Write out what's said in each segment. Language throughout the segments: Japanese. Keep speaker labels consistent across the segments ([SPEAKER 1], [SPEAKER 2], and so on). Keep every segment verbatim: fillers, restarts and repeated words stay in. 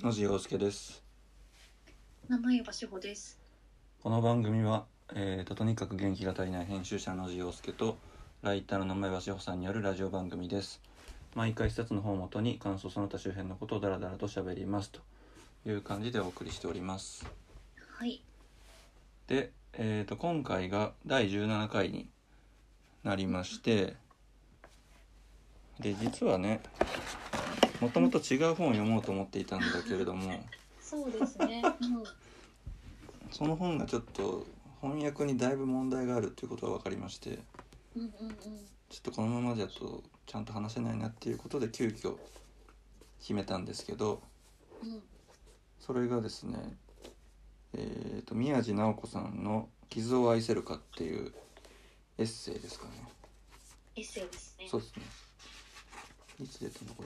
[SPEAKER 1] 野地陽介です。
[SPEAKER 2] 七岩志保です。
[SPEAKER 1] この番組は、えー、ととにかく元気が足りない編集者野地陽介とライターの生岩志保さんによるラジオ番組です。毎回一冊の本をもとに感想その他周辺のことをダラダラと喋りますという感じでお送りしております。
[SPEAKER 2] はい。
[SPEAKER 1] で、えー、と今回がだいじゅうななかいになりまして、で実はねもともと違う本を読もうと思っていたんだけれども
[SPEAKER 2] そうですね、うん、
[SPEAKER 1] その本がちょっと翻訳にだいぶ問題があるっていうことが分かりまして、
[SPEAKER 2] うんうんうん、
[SPEAKER 1] ちょっとこのままだとちゃんと話せないなっていうことで急遽決めたんですけど、
[SPEAKER 2] うん、
[SPEAKER 1] それがですね、えーと宮地直子さんの傷を愛せるかっていうエッセイですかね。
[SPEAKER 2] エッセイですね。
[SPEAKER 1] そうですね。いつ出たのこれ。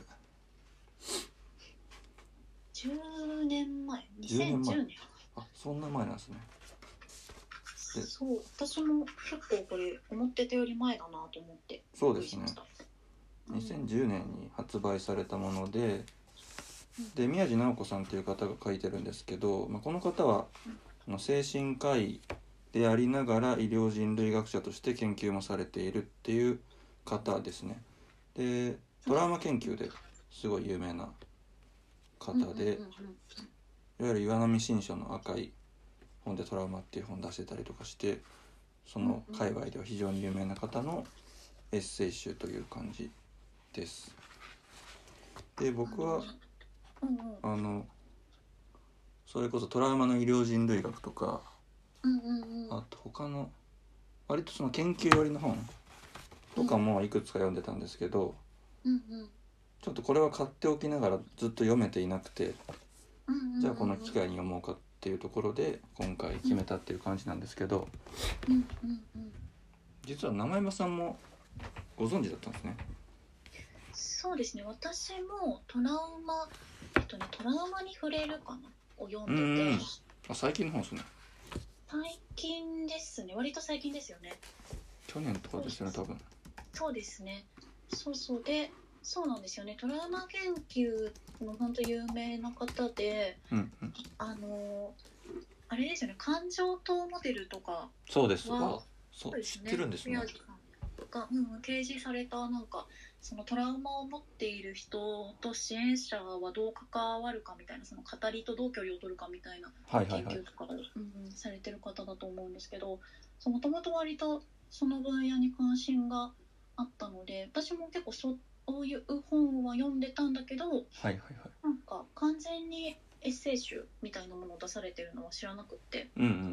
[SPEAKER 2] じゅうねんまえ、に
[SPEAKER 1] じゅうねんまえ。
[SPEAKER 2] せんじゅうねん。
[SPEAKER 1] あ、そんな前なんですね。
[SPEAKER 2] そう、私も結構これ思ってたより前だなと思って。
[SPEAKER 1] そうですね。
[SPEAKER 2] うん、
[SPEAKER 1] にせんじゅうねんに発売されたもので、で宮地直子さんという方が書いてるんですけど、まあ、この方はの精神科医でありながら医療人類学者として研究もされているっていう方ですね。でトラウマ研究ですごい有名な方で、いわゆる岩波新書の赤い本でトラウマっていう本出してたりとかして、その界隈では非常に有名な方のエッセイ集という感じです。で僕はあのそれこそトラウマの医療人類学とか、あと他の割とその研究寄りの本とかもいくつか読んでたんですけど、
[SPEAKER 2] うんうん、
[SPEAKER 1] ちょっとこれは買っておきながらずっと読めていなくて、じゃあこの機会に読もうかっていうところで今回決めたっていう感じなんですけど、
[SPEAKER 2] うんうんうん、
[SPEAKER 1] 実は生山さんもご存知だったんですね。
[SPEAKER 2] そうですね、私もトラウマ、えっとね、トラウマに触れるかなを読んでて、
[SPEAKER 1] あ、最近の本ですね。
[SPEAKER 2] 最近ですね、割と最近ですよね。
[SPEAKER 1] 去年とかですよね、多分。
[SPEAKER 2] そうですね。そうそうで、そうなんですよね。トラウマ研究の本当有名な方で、
[SPEAKER 1] うんうん、
[SPEAKER 2] あのあれですよね。感情塔モデルとかは、
[SPEAKER 1] そうですとか、
[SPEAKER 2] そうですね。
[SPEAKER 1] 知ってるんですね。
[SPEAKER 2] が、うん、提示されたなんかそのトラウマを持っている人と支援者はどう関わるかみたいな、その語りとどう距離を取るかみたいな研究とか、はいはいはい、うんうん、されてる方だと思うんですけど、もともと割とその分野に関心があったので、私も結構そういう本は読んでたんだけど、はい
[SPEAKER 1] はいはい、
[SPEAKER 2] なんか完全にエッセイ集みたいなものを出されてるのは知らなくって、
[SPEAKER 1] うんうんうんうん、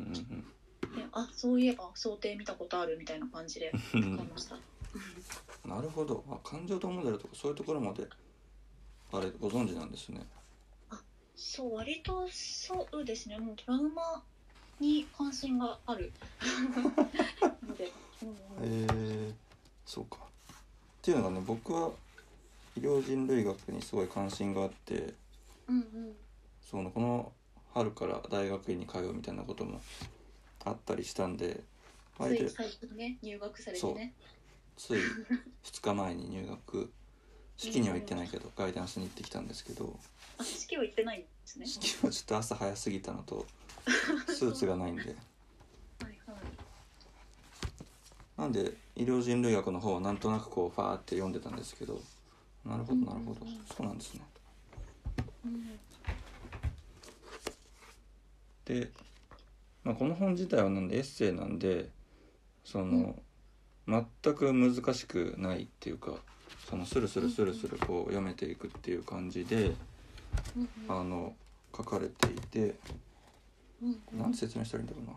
[SPEAKER 2] で、あ、そういえば想定見たことあるみたいな感じで買いました。
[SPEAKER 1] なるほど。あ、感情とモデルとかそういうところまであれご存知なんですね。
[SPEAKER 2] あ、そう、割とそうですね。もうトラウマに関心があるので、うんうん、
[SPEAKER 1] えー、そうか。っていうのがね、僕は医療人類学にすごい関心があって、
[SPEAKER 2] うんうん、
[SPEAKER 1] そのこの春から大学院に通うみたいなこともあったりしたんで、
[SPEAKER 2] つい最近ね、入学されてね、
[SPEAKER 1] ついふつかまえに入学式には行ってないけどガイダンスに行ってきたんですけど、
[SPEAKER 2] あ、式は行ってないんですね。
[SPEAKER 1] 式はちょっと朝早すぎたのとスーツがないんではい、はい、なんで医療人類学の方はなんとなくこうファーって読んでたんですけど、なるほどなるほど、うんうんうん、そうなんですね、うん、で、まあ、この本自体はなんでエッセイなんで、その、うん、全く難しくないっていうか、そのスルスルスルスルこう読めていくっていう感じで、うんうん、あの書かれていて、うんうん、なんて説明したらいいんだろうな。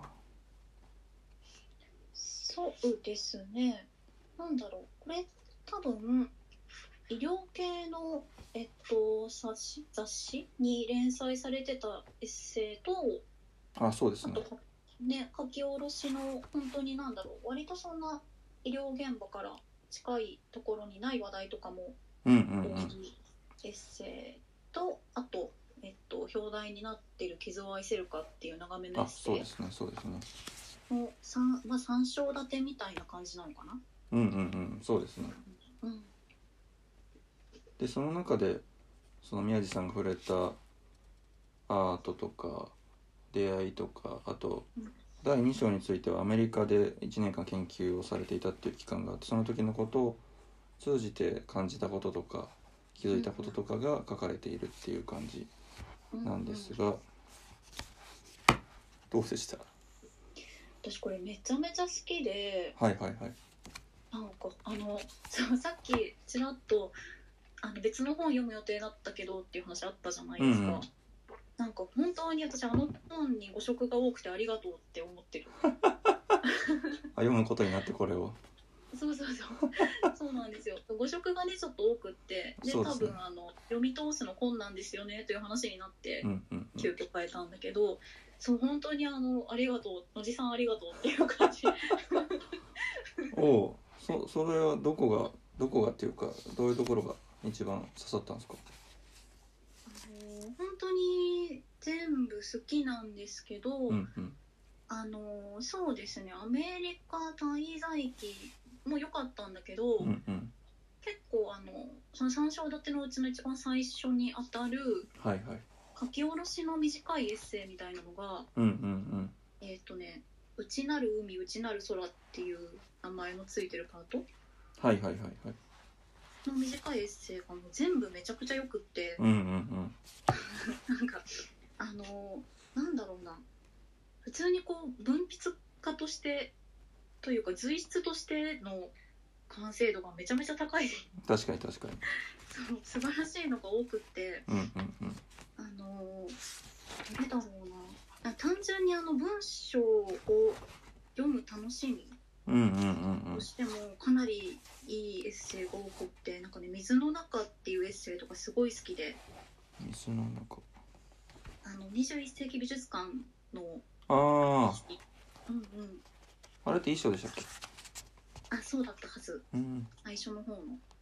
[SPEAKER 2] そうですね、なんだろう、これ多分医療系の、えっと、雑誌、雑誌に連載されてたエッセイと、
[SPEAKER 1] あ、そうですね、
[SPEAKER 2] あとね、書き下ろしの本当になんだろう、割とそんな医療現場から近いところにない話題とかも多いエッセイと、あと、えっと、表題になっている傷を愛せるかっていう長めのエッセイ。あ、そうですね、そうですね。の三、まあ、三章立てみたいな感じなのかな。
[SPEAKER 1] うんうんうん、そうですね。うん、でその中でその宮地さんが触れたアートとか出会いとか、あと
[SPEAKER 2] うん
[SPEAKER 1] だいに章についてはアメリカでいちねんかん研究をされていたっていう期間があって、その時のことを通じて感じたこととか気づいたこととかが書かれているっていう感じなんですが、どうでした？
[SPEAKER 2] 私これめちゃめちゃ好きで、
[SPEAKER 1] はいはいはい。
[SPEAKER 2] なんかあのそうさっきちらっとあの別の本読む予定だったけどっていう話あったじゃないですか、うんうん、なんか本当に私あの本に誤植が多くてありがとうって思ってる
[SPEAKER 1] あ、読むことになってこれを
[SPEAKER 2] そうそうそうそうなんですよ。誤植がねちょっと多くってで、多分あの読み通すの困難ですよねという話になって、うんうんうん、急遽変えたんだけど、そう本当にあのありがとう、おじさんありがとうっていう感じ
[SPEAKER 1] おう、そそれはどこがどこがっていうかどういうところが一番刺さったんですか？
[SPEAKER 2] あの本当に全部好きなんですけど、うんうん、あのそうですね、アメリカ滞在期も良かったんだけど、うんうん、結構あのそのさん章立てのうちの一番最初にあたる、はいはい、書き下ろしの短いエッセイみたいなのが、うんうんうん、えっとね「うちなる海うちなる空」っていう名前のついてるパート、
[SPEAKER 1] はいはいはいはい
[SPEAKER 2] の短いエッセイがもう全部めちゃくちゃよくって、うんうんうん、なんかあのなんだろうな、普通にこう文筆家としてというか随筆としての完成度がめちゃめちゃ高い。
[SPEAKER 1] 確かに確かに
[SPEAKER 2] そう素晴らしいのが多くって、うんうんうん、あの何だろうな、単純にあの文章を読む楽しみとしてもかなりいいエッセイが多くって、なんかね、水の中っていうエッセイとかすごい好きで、
[SPEAKER 1] 水の中、
[SPEAKER 2] あのにじゅういっ世紀美術館の、
[SPEAKER 1] ああ、
[SPEAKER 2] うんうん、
[SPEAKER 1] あれって一緒でしたっけ？
[SPEAKER 2] あ、そうだったはず、うん、最初の方の、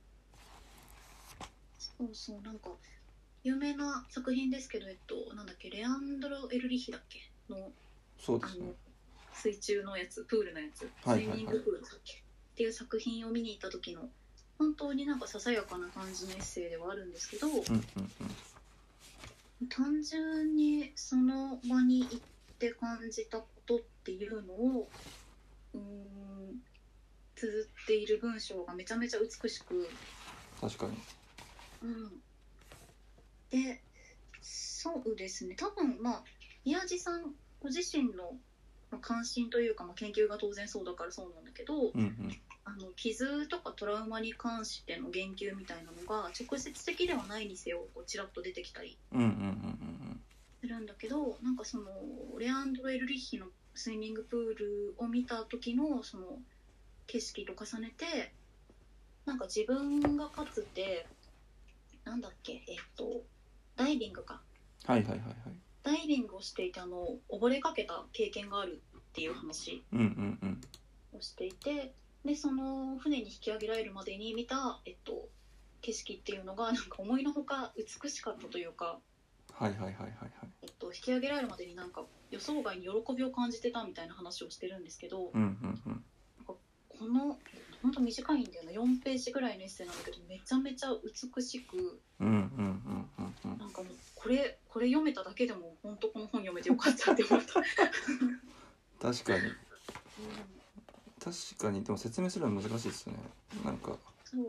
[SPEAKER 2] そうそう、なんか有名な作品ですけど、えっとなんだっけ、レアンドロ・エルリヒだっけの、
[SPEAKER 1] そうですね、
[SPEAKER 2] あの水中のやつ、プールのやつ、
[SPEAKER 1] はいはいはい、
[SPEAKER 2] スイミングプールだっけっていう作品を見に行った時の本当になんかささやかな感じのエッセイではあるんですけど、うんうんうん、単純にその場に行って感じたことっていうのをうーん綴っている文章がめちゃめちゃ美しく、
[SPEAKER 1] 確かに、
[SPEAKER 2] うん、でそうですね、多分まあ宮地さんご自身の関心というか、まあ、研究が当然そうだからそうなんだけど、うんうん、あの傷とかトラウマに関しての言及みたいなのが直接的ではないにせよこうちらっと出てきたりするんだけど、なんかそのレアンドロ・エルリッヒのスイミングプールを見た時のその景色と重ねて、なんか自分がかつてなんだっけ、えっとダイビングか、
[SPEAKER 1] はいはいはいはい、
[SPEAKER 2] ダイビングをしていてあの溺れかけた経験があるっていう話をしていて、うんうんうん、でその船に引き上げられるまでに見た、えっと、景色っていうのがなんか思いのほか美しかったというか、
[SPEAKER 1] はいはいはいはいはい、
[SPEAKER 2] えっと、引き上げられるまでになんか予想外に喜びを感じてたみたいな話をしてるんですけど、うんうんうん、なんかこの本当短いんだよな、よんページぐらいのエッセイなんだけどめちゃめちゃ美しく、うんうんうんうんうん、なんかもうこれこれ読めただけでも本当この本読めてよかったって思った
[SPEAKER 1] 確かに、うん、確かにでも説明するのは難しいですね、なんか
[SPEAKER 2] そう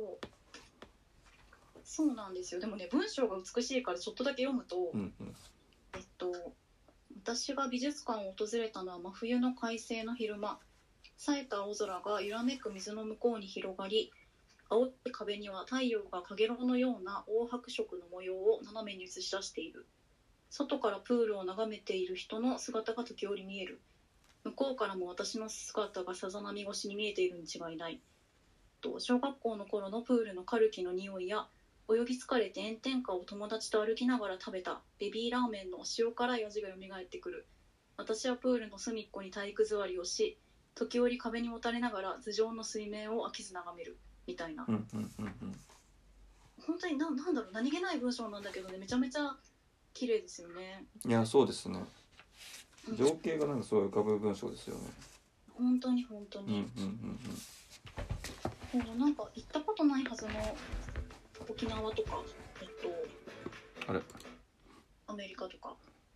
[SPEAKER 2] そうなんですよ。でもね文章が美しいからちょっとだけ読むと、うんうん、えっと私が美術館を訪れたのは真冬の快晴の昼間、冴えた青空が揺らめく水の向こうに広がり、青い壁には太陽がかげろうのような黄白色の模様を斜めに映し出している。外からプールを眺めている人の姿が時折見える。向こうからも私の姿がさざ波越しに見えているに違いない。と小学校の頃のプールのカルキの匂いや、泳ぎ疲れて炎天下を友達と歩きながら食べたベビーラーメンの塩辛い味が蘇ってくる。私はプールの隅っこに体育座りをし、時折壁にもたれながら頭上の水面を飽きず眺めるみたいな、うんうんうんうん、本当に な, なんだろう何気ない文章なんだけどね、めちゃめちゃ綺麗ですよね。
[SPEAKER 1] いやそうですね、情景がなんかすごい浮かぶ文章ですよね、
[SPEAKER 2] 本当に本当に、うんうんうんうん、なんか行ったことないはずの沖縄とか、えっと、
[SPEAKER 1] あれ
[SPEAKER 2] アメリカとか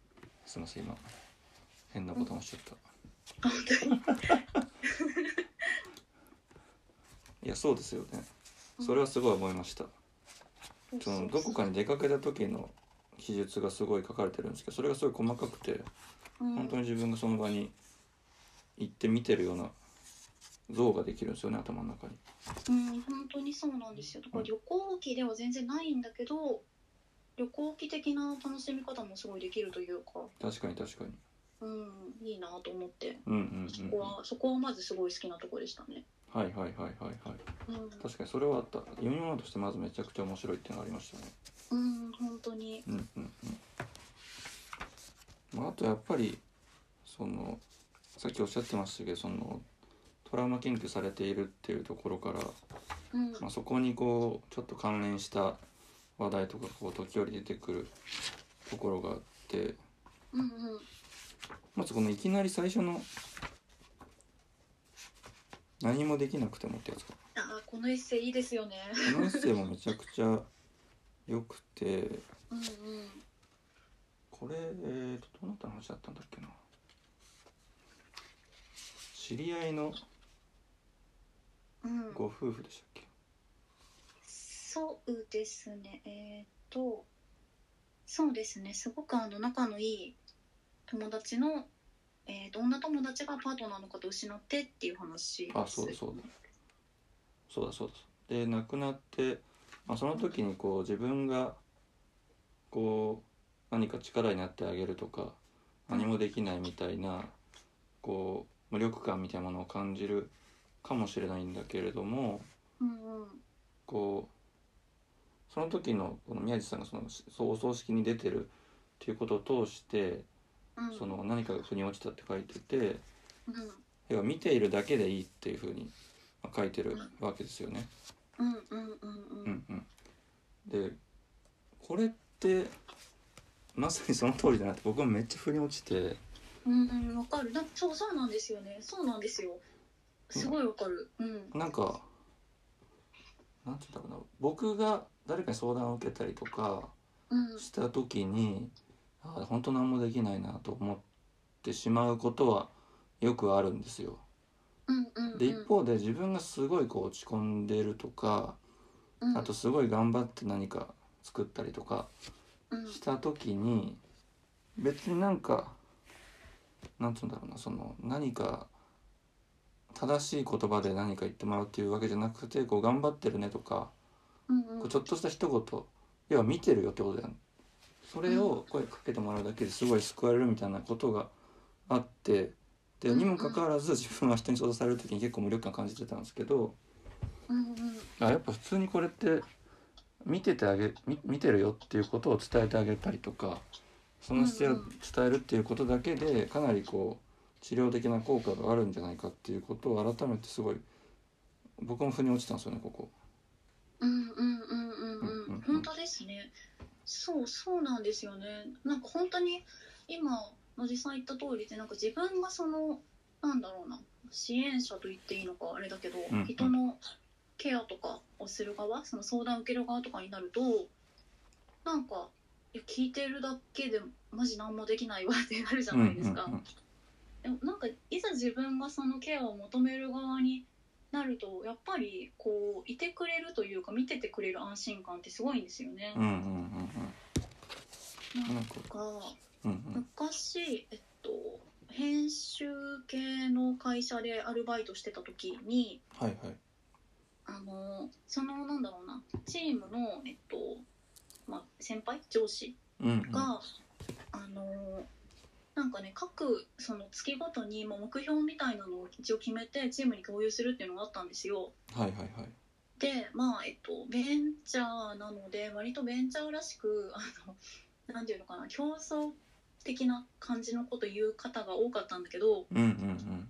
[SPEAKER 1] すいません今変なボタン押しちゃった、
[SPEAKER 2] あ本当に
[SPEAKER 1] いやそうですよね。それはすごい思いました、うん、そのどこかに出かけた時の記述がすごい書かれてるんですけど、それがすごい細かくて、うん、本当に自分がその場に行って見てるような像ができるんですよね、頭の中に。
[SPEAKER 2] うん本当にそうなんですよ。だから旅行記では全然ないんだけど、旅行記的な楽しみ方もすごいできるというか。
[SPEAKER 1] 確かに確かに。
[SPEAKER 2] うんいいなと思って、
[SPEAKER 1] うんうんうんうん、
[SPEAKER 2] そこはそこはまずすごい好きなところでしたね。
[SPEAKER 1] はいはいはいはいはい、うん、確かにそれはあった。読み物としてまずめちゃくちゃ面白いっていうのがありましたね。
[SPEAKER 2] うん本当に。
[SPEAKER 1] うんうんうん。まあ、あとやっぱりそのさっきおっしゃってましたけど、そのトラウマ研究されているっていうところから、うんまあ、そこにこうちょっと関連した話題とかこう時折出てくるところがあって、うんうん、まずこのいきなり最初の何もできなくてもってやつか。
[SPEAKER 2] あこのエッセイいいですよね。
[SPEAKER 1] このエッセイもめちゃくちゃ良くてうん、うん、これ、えー、とどなたの話だったんだっけな。知り合いのご夫婦でしたっけ、うん、
[SPEAKER 2] そうですね。えっ、ー、とそうですね、すごくあの仲のいい友達の、えー、と女友達がパートナーの方を失ってっていう話です。
[SPEAKER 1] あそうだそうだそうだそうだ。で亡くなって、まあ、その時にこう自分がこう何か力になってあげるとか何もできないみたいな、うん、こう無力感みたいなものを感じるかもしれないんだけれども、うんうん、こうその時のこの宮地さんがそのお葬式に出てるっていうことを通して、うん、その何かが腑に落ちたって書いてて、うん、要は見ているだけでいいっていうふうに書いてるわけですよね。うんうんうんうんうん。でこれってまさにその通りだなって僕もめっちゃ腑に落ちて。
[SPEAKER 2] うんうんわかる。だそうそうなんですよね。そうなんですよ。すごいわかる。うん。
[SPEAKER 1] なんかなんて言うんだろうな、僕が誰かに相談を受けたりとかした時に、うん、あ本当何もできないなと思ってしまうことはよくあるんですよ。うんうんうん、で一方で自分がすごいこう落ち込んでるとか、うん、あとすごい頑張って何か作ったりとかした時に、別になんかなんて言うんだろうな、その何か正しい言葉で何か言ってもらうっていうわけじゃなくて、こう頑張ってるねとか、うんうん、こうちょっとした一言、要は見てるよってことだよね。それを声かけてもらうだけですごい救われるみたいなことがあって、でにもかかわらず自分は人に相談される時に結構無力感感じてたんですけど、うんうん、あやっぱ普通にこれって見ててあげ 見, 見てるよっていうことを伝えてあげたりとか、その姿勢を伝えるっていうことだけでかなりこう治療的な効果があるんじゃないかっていうことを改めてすごい僕も腑に落ちたんですよね、ここ。
[SPEAKER 2] うんうんうんうんうん、本当ですね。そうそうなんですよね。なんか本当に今野地さん言った通りで、なんか自分がそのなんだろうな、支援者と言っていいのかあれだけど、うんうん、人のケアとかをする側、その相談を受ける側とかになると、なんかいや聞いてるだけでマジ何もできないわってなるじゃないですか、うんうんうん、でもなんかいざ自分がそのケアを求める側になると、やっぱりこういてくれるというか見ててくれる安心感ってすごいんですよね。うんうんうんうん、なんか、うんうん、昔、えっと、編集系の会社でアルバイトしてた時に、はいはい、あのそのなんだろうな、チームの、えっとまあ、先輩上司が、うんうん、あのなんかね、各その月ごとに目標みたいなのを一応決めてチームに共有するっていうのがあったんですよ。はいはいはい。でまあえっとベンチャーなので割とベンチャーらしくあのなんていうのかな、競争的な感じのこと言う方が多かったんだけど、うんうんうん、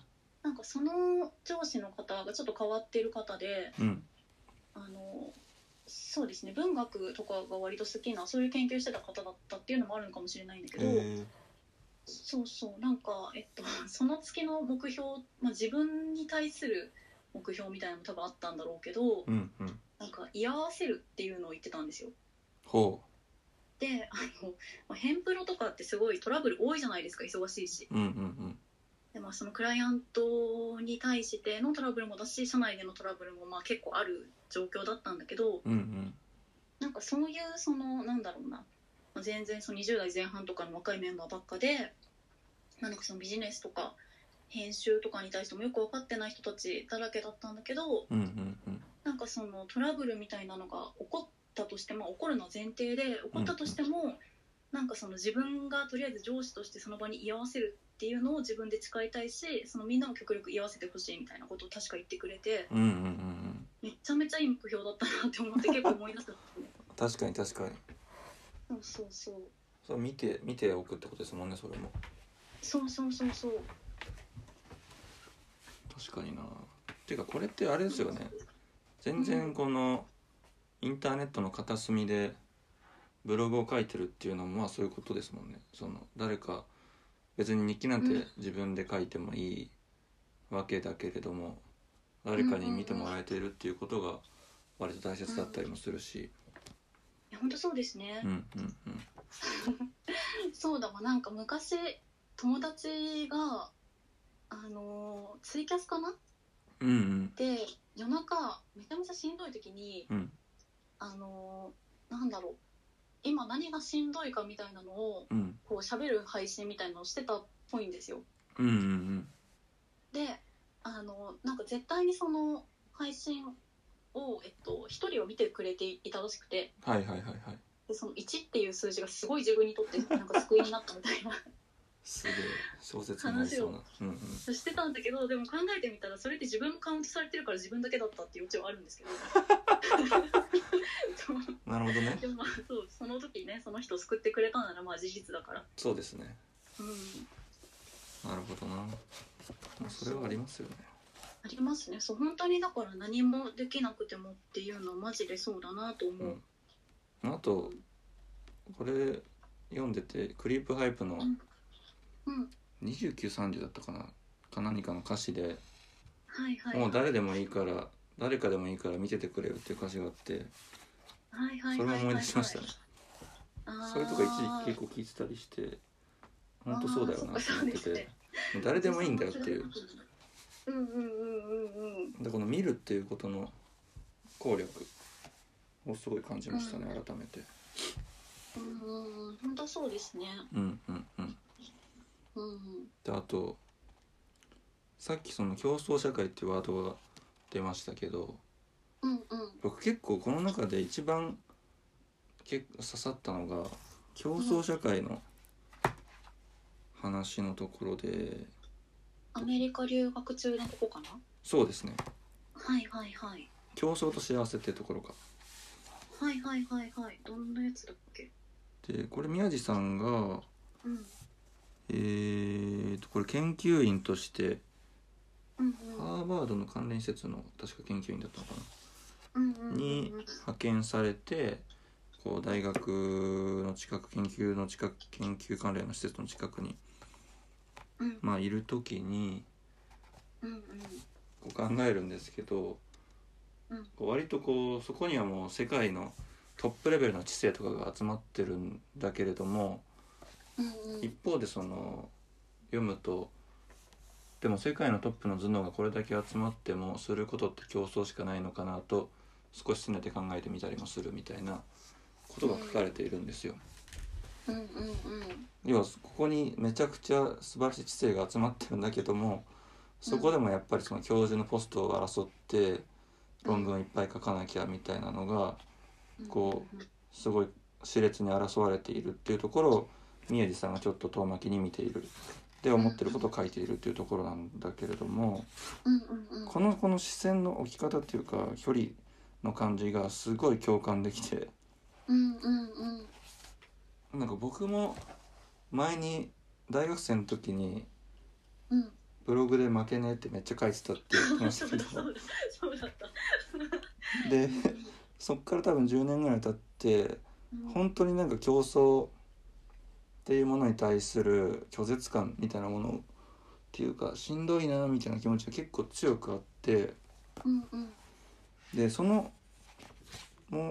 [SPEAKER 2] なんかその上司の方がちょっと変わってる方で、うん、あのそうですね、文学とかが割と好きな、そういう研究してた方だったっていうのもあるのかもしれないんだけど、そうそうなんか、えっと、その月の目標、まあ、自分に対する目標みたいなのも多分あったんだろうけど、うんうん、なんか居合わせるっていうのを言ってたんですよ。ほうであの、まあ、ヘンプロとかってすごいトラブル多いじゃないですか、忙しいし。
[SPEAKER 1] うんうんうん。
[SPEAKER 2] で、まあ、そのクライアントに対してのトラブルもだし、社内でのトラブルもまあ結構ある状況だったんだけど、
[SPEAKER 1] うんうん、
[SPEAKER 2] なんかそういうそのなんだろうな、まあ、全然そのにじゅう代前半とかの若いメンバーばっかで、なんかそのビジネスとか編集とかに対してもよく分かってない人たちだらけだったんだけど、
[SPEAKER 1] うんうんうん、
[SPEAKER 2] なんかそのトラブルみたいなのが起こったとしても、起こるの前提で起こったとしても、うんうん、なんかその自分がとりあえず上司としてその場に居合わせるっていうのを自分で誓いたいし、そのみんなも極力居合わせてほしいみたいなことを確か言ってくれて、
[SPEAKER 1] うんうんうん、
[SPEAKER 2] めちゃめちゃいい目標だったなって思って結構思い出した、ね、
[SPEAKER 1] 確かに確かに。
[SPEAKER 2] そうそうそう。
[SPEAKER 1] それ見て見ておくってことですもんね、それも。
[SPEAKER 2] そうそうそうそう。
[SPEAKER 1] 確かにな。ていうかこれってあれですよね。全然このインターネットの片隅でブログを書いてるっていうのもまあそういうことですもんね。その誰か別に日記なんて自分で書いてもいいわけだけれども、誰かに見てもらえているっていうことが割と大切だったりもするし。
[SPEAKER 2] いや本当そうですね。
[SPEAKER 1] うんうんうん。
[SPEAKER 2] そうだわ、なんか昔友達があのツイキャスかな、
[SPEAKER 1] うんうん、
[SPEAKER 2] で夜中めちゃめちゃしんどい時に、
[SPEAKER 1] うん、
[SPEAKER 2] あのなんだろう、今何がしんどいかみたいなのを、
[SPEAKER 1] うん、
[SPEAKER 2] こう喋る配信みたいなのをしてたっぽいんですよ。
[SPEAKER 1] うんうんうん、で
[SPEAKER 2] あのなんか絶対にその配信を、えっと、ひとりを見てくれていたらしくて、
[SPEAKER 1] はいはいはいはい、
[SPEAKER 2] でそのいちっていう数字がすごい自分にとってなんか救いになったみたいな
[SPEAKER 1] すげえ小説になりそうな
[SPEAKER 2] 話を、うんうん、してたんだけど、でも考えてみたらそれって自分もカウントされてるから自分だけだったっていうオチはあるんですけど
[SPEAKER 1] なるほどね。
[SPEAKER 2] でもまあそうその時ねその人を救ってくれたならまあ事実だから。
[SPEAKER 1] そうですね、
[SPEAKER 2] うん、
[SPEAKER 1] なるほどな、まあ、それはありますよね。
[SPEAKER 2] ありますね。そう本当にだから何もできなくてもっていうのはマジでそうだなと思う、
[SPEAKER 1] うん、あとこれ読んでてクリープハイプのにじゅうきゅう、さんじゅうだったかなか何かの歌詞で、はいはいはい、もう誰でもいいから誰かでもいいから見ててくれるっていう歌詞があって、はいはいはいはいはい、それも思い出しましたね。それとか一時期結構聞いてたりして本当そうだよなと思ってて、ね、誰でもいいんだよっていう、うんうんうんうんうん、でこの見るっていうことの効力をすごい感じましたね、うん、改めて。
[SPEAKER 2] うんうん、本当そうですね。
[SPEAKER 1] うんうんうん。うん、であとさっきその競争社会っていうワードが出ましたけど、うんうん、僕結構この中で一番結構刺さったのが競争社会の話のところで、うん、
[SPEAKER 2] アメリカ留学中のとこかな。
[SPEAKER 1] そうですね。
[SPEAKER 2] はいはいはい。
[SPEAKER 1] 競争と幸せっていうところか。
[SPEAKER 2] はいはいはいはい。どんなやつだっけ。
[SPEAKER 1] でこれ宮地さんが、うん、えーとこれ研究員として、うんうん、ハーバードの関連施設の確か研究員だったのかな、うんうんうんうん、に派遣されてこう大学の近く研究の近く研究関連の施設の近くに、うん、まあいる時に、うんうん、こう考えるんですけど、うん、こう割とこうそこにはもう世界のトップレベルの知性とかが集まってるんだけれども、うんうん、一方でその読むとでも世界のトップの頭脳がこれだけ集まってもすることって競争しかないのかなと少し拗ねて考えてみたりもするみたいなことが書かれているんですよ、うんうんうん、要はここにめちゃくちゃ素晴らしい知性が集まってるんだけどもそこでもやっぱりその教授のポストを争って論文をいっぱい書かなきゃみたいなのがこうすごい熾烈に争われているっていうところを宮地さんがちょっと遠巻きに見ているで思ってることを書いているっていうところなんだけれども、うんうんうん、このこの視線の置き方っていうか距離の感じがすごい共感できて、うんうんうん、なんか僕も前に大学生の時にブログで負けねえってめっちゃ書いてたって言ってましたけどそうだそうだったでそっから多分じゅうねんぐらい経って、うん、本当になんか競争っていうものに対する拒絶感みたいなものっていうかしんどいなみたいな気持ちが結構強くあって、うんうん、でそのもう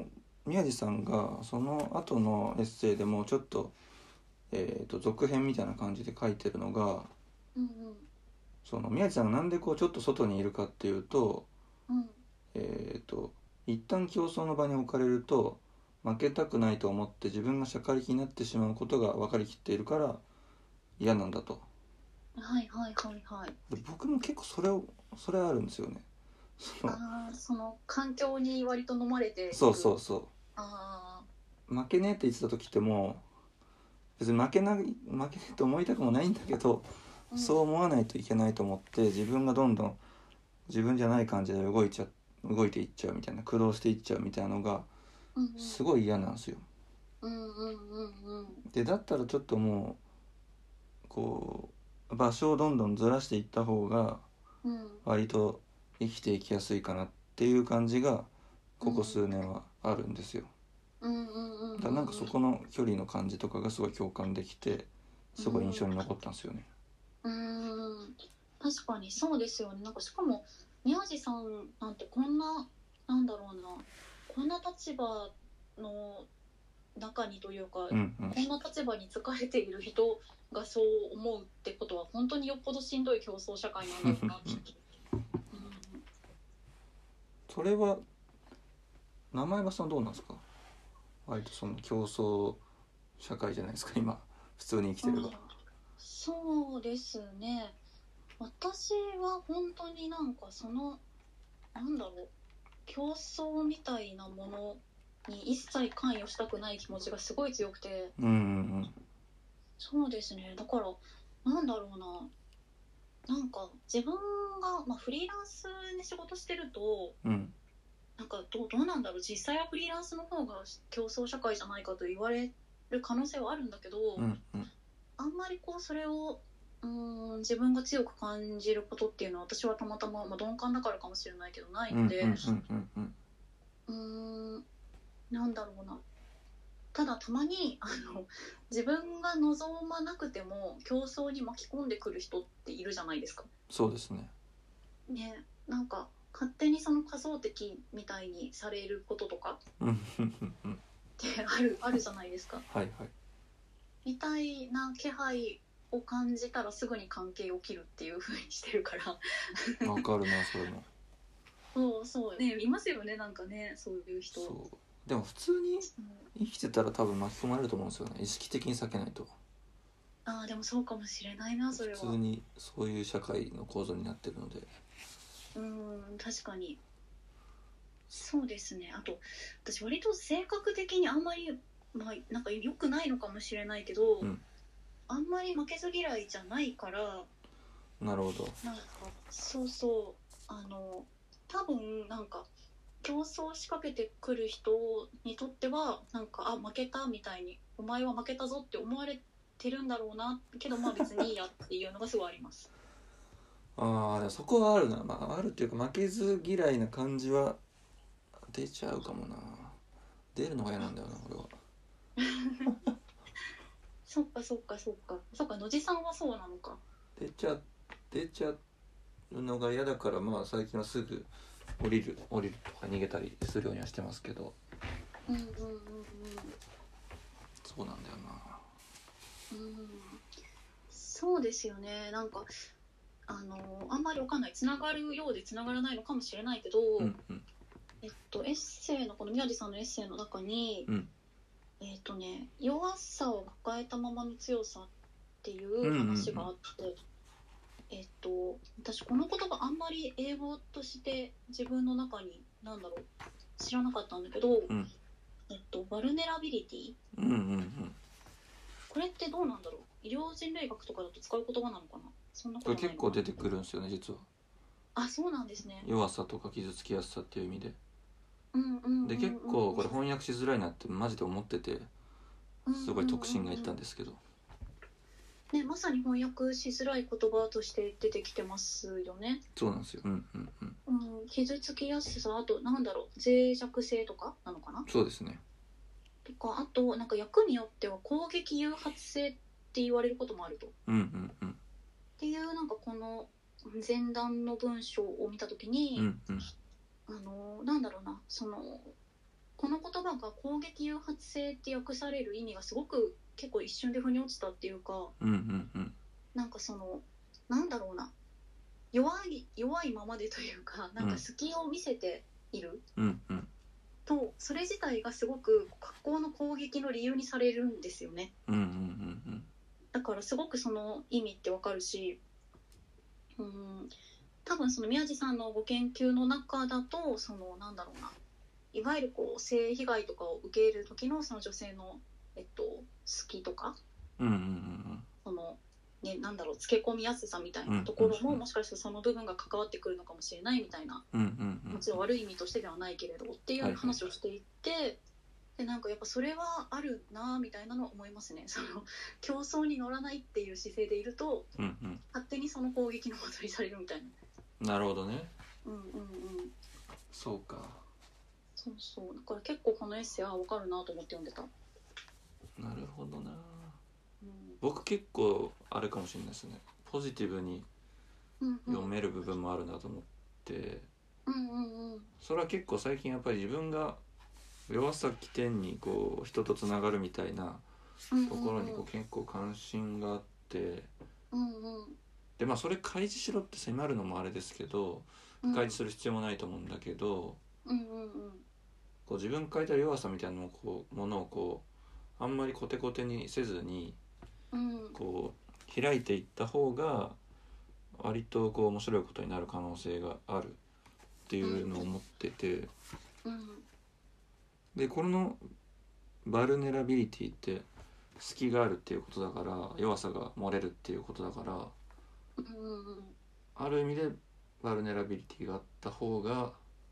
[SPEAKER 1] 宮地さんがその後のエッセイでもちょっと、えー、と続編みたいな感じで書いてるのが、
[SPEAKER 2] うんうん、
[SPEAKER 1] その宮地さんがなんでこうちょっと外にいるかっていうと、
[SPEAKER 2] うん、
[SPEAKER 1] えー、と一旦競争の場に置かれると負けたくないと思って自分が社会的になってしまうことが分かりきっているから嫌なんだと。
[SPEAKER 2] はいはいはいはい。
[SPEAKER 1] で僕も結構それをそれあるんですよね。その
[SPEAKER 2] ああ、その環境に割と飲まれていく。
[SPEAKER 1] そうそうそう。
[SPEAKER 2] あ
[SPEAKER 1] 負けねえって言ってた時っても別に負けない負けねえと思いたくもないんだけど、
[SPEAKER 2] あ、うん、
[SPEAKER 1] そう思わないといけないと思って自分がどんどん自分じゃない感じで動いちゃ動いていっちゃうみたいな、駆動していっちゃうみたいなのが
[SPEAKER 2] うんうん、
[SPEAKER 1] すごい嫌なんですよ。
[SPEAKER 2] うんうんうんうん、
[SPEAKER 1] でだったらちょっともうこう場所をどんどんずらしていった方が
[SPEAKER 2] うん、
[SPEAKER 1] 割と生きていきやすいかなっていう感じがここ数年はあるんですよ。
[SPEAKER 2] うんうんうんうん、
[SPEAKER 1] だからなんかそこの距離の感じとかがすごい共感できてすごい印象に残ったんですよね。
[SPEAKER 2] うん、うん、確かにそうですよね。なんかしかも宮地さんなんてこんな、なんだろうな、こんな立場の中にというか、
[SPEAKER 1] うんうん、
[SPEAKER 2] こんな立場に疲れている人がそう思うってことは本当によっぽどしんどい競争社会なんだろうなって、うん、
[SPEAKER 1] それは名前はそのどうなんですか。割とその競争社会じゃないですか今普通に生きてれば。
[SPEAKER 2] そうですね。私は本当になんかその、なんだろう、競争みたいなものに一切関与したくない気持ちがすごい強くて、
[SPEAKER 1] うんうん
[SPEAKER 2] そうですね。だからなんだろうな、なんか自分が、まあ、フリーランスで仕事してると、
[SPEAKER 1] うんうん
[SPEAKER 2] なんかどう、どうなんだろう、実際はフリーランスの方が競争社会じゃないかと言われる可能性はあるんだけど、
[SPEAKER 1] うんうん
[SPEAKER 2] あんまりこうそれをうーん自分が強く感じることっていうのは私はたまたま、まあ、鈍感だからかもしれないけどない
[SPEAKER 1] うんうん
[SPEAKER 2] ので、
[SPEAKER 1] うんうん
[SPEAKER 2] うーんなんだろうな、ただたまにあの自分が望まなくても競争に巻き込んでくる人っているじゃないですか。
[SPEAKER 1] そうですね。
[SPEAKER 2] ね、なんか勝手にその仮想敵みたいにされることとか
[SPEAKER 1] うんうんうんうん
[SPEAKER 2] ってあるあるじゃないですか。
[SPEAKER 1] はいはい。
[SPEAKER 2] みたいな気配を感じたらすぐに関係を切るっていう風にしてるから
[SPEAKER 1] わかるなそれも。
[SPEAKER 2] そうそうね、いますよね、なんかね、そういう人。
[SPEAKER 1] そうでも普通に生きてたら多分巻き込まれると思うんですよね。意識的に避けないと。
[SPEAKER 2] ああ、でもそうかもしれないな、それは。
[SPEAKER 1] 普通にそういう社会の構造になってるので。
[SPEAKER 2] うん、確かにそうですね。あと私割と性格的にあんまり、まあ、なんか良くないのかもしれないけど、
[SPEAKER 1] うん、
[SPEAKER 2] あんまり負けず嫌いじゃないから、
[SPEAKER 1] なるほど。
[SPEAKER 2] なんかそうそう、あの多分なんか競争仕掛けてくる人にとってはなんか、あ負けたみたいに、お前は負けたぞって思われてるんだろうな、けどまあ別にいいやっていうのがすごいあります。
[SPEAKER 1] ああでもそこはあるな、まあ、あるっていうか負けず嫌いな感じは出ちゃうかもな。出るのが嫌なんだよな俺は。
[SPEAKER 2] そっかそっかそっかそっか、野地さんはそうなのか。
[SPEAKER 1] 出ちゃ出ちゃうのが嫌だから、まあ最近はすぐ降りる降りるとか逃げたりするようにはしてますけど。
[SPEAKER 2] うんうんうんうん、
[SPEAKER 1] そうなんだよな。
[SPEAKER 2] うん、そうですよね。なんかあのあんまりわかんない、つながるようでつながらないのかもしれないけど、
[SPEAKER 1] うんうん
[SPEAKER 2] えっとエッセイのこの宮地さんのエッセイの中に、
[SPEAKER 1] うん
[SPEAKER 2] えっとね弱さを抱えたままの強さっていう話があって、うんうんうん、えっと私この言葉あんまり英語として自分の中になんだろう知らなかったんだけど、
[SPEAKER 1] うん、
[SPEAKER 2] えっとバルネラビリティ、
[SPEAKER 1] うんうんうん、
[SPEAKER 2] これってどうなんだろう、医療人類学とかだと使う言葉なのかな。そんなこ
[SPEAKER 1] ことれ
[SPEAKER 2] ないのかな。
[SPEAKER 1] 結構出てくるんですよね実は。
[SPEAKER 2] あ、そうなんですね。
[SPEAKER 1] 弱さとか傷つきやすさっていう意味で。
[SPEAKER 2] うんうんうんうん、
[SPEAKER 1] で結構これ翻訳しづらいなってマジで思ってて、すごい特進が言ったんですけど、
[SPEAKER 2] ね、まさに翻訳しづらい言葉として出てきてますよね。
[SPEAKER 1] そうなんですよ。うんうんうん。
[SPEAKER 2] うん、傷つきやすさ、あとなんだろう、脆弱性とかなのかな。
[SPEAKER 1] そうですね。
[SPEAKER 2] とか、あとなんか役によっては攻撃誘発性って言われることもあると。
[SPEAKER 1] うんうんうん。
[SPEAKER 2] っていうなんかこの前段の文章を見たときに、
[SPEAKER 1] うんうん、
[SPEAKER 2] あのなんだろうな、そのこの言葉が攻撃誘発性って訳される意味がすごく結構一瞬で腑に落ちたっていうか、
[SPEAKER 1] うんうんうん、
[SPEAKER 2] なんかそのなんだろうな、弱い弱いままでというか、なんか隙を見せている、
[SPEAKER 1] うんうん、
[SPEAKER 2] とそれ自体がすごく格好の攻撃の理由にされるんですよね。
[SPEAKER 1] うんうんうんうん、
[SPEAKER 2] だからすごくその意味ってわかるし、うん、多分その宮地さんのご研究の中だと、そのなんだろうな、いわゆるこう性被害とかを受け入れる時のその女性の、えっと、好きとか、
[SPEAKER 1] うんうんうん、
[SPEAKER 2] そのね、なんだろう、つけ込みやすさみたいなところも、もしかしたらその部分が関わってくるのかもしれないみたいな、
[SPEAKER 1] うんうんうん、
[SPEAKER 2] もちろん悪い意味としてではないけれどっていう話をしていて、はいはい、でなんかやっぱそれはあるなみたいなのは思いますね。その競争に乗らないっていう姿勢でいると、
[SPEAKER 1] うんうん、
[SPEAKER 2] 勝手にその攻撃の的にされるみたいな。
[SPEAKER 1] なるほどね。
[SPEAKER 2] うんうんうん。
[SPEAKER 1] そうか。
[SPEAKER 2] そうそう。だから結構このエッセイは分かるなと思って読んでた。
[SPEAKER 1] なるほどな。
[SPEAKER 2] うん、
[SPEAKER 1] 僕結構あれかもしれないですね。ポジティブに読める部分もあるなと思って、
[SPEAKER 2] うんうんうん、
[SPEAKER 1] それは結構最近やっぱり自分が弱さ起点にこう人とつながるみたいなところにこう結構関心があって、
[SPEAKER 2] うんうん、
[SPEAKER 1] でまあそれ開示しろって迫るのもあれですけど、開示する必要もないと思うんだけど、
[SPEAKER 2] うんうんうん、
[SPEAKER 1] こう自分が書いた弱さみたいなのをこうものをこうあんまりコテコテにせずに、
[SPEAKER 2] うん、
[SPEAKER 1] こう開いていった方が割とこう面白いことになる可能性があるっていうのを思ってて、
[SPEAKER 2] うん、
[SPEAKER 1] でこれのバルネラビリティって隙があるっていうことだから、弱さが漏れるっていうことだから、
[SPEAKER 2] うんうんうん、
[SPEAKER 1] ある意味でバルネラビリティがあった方が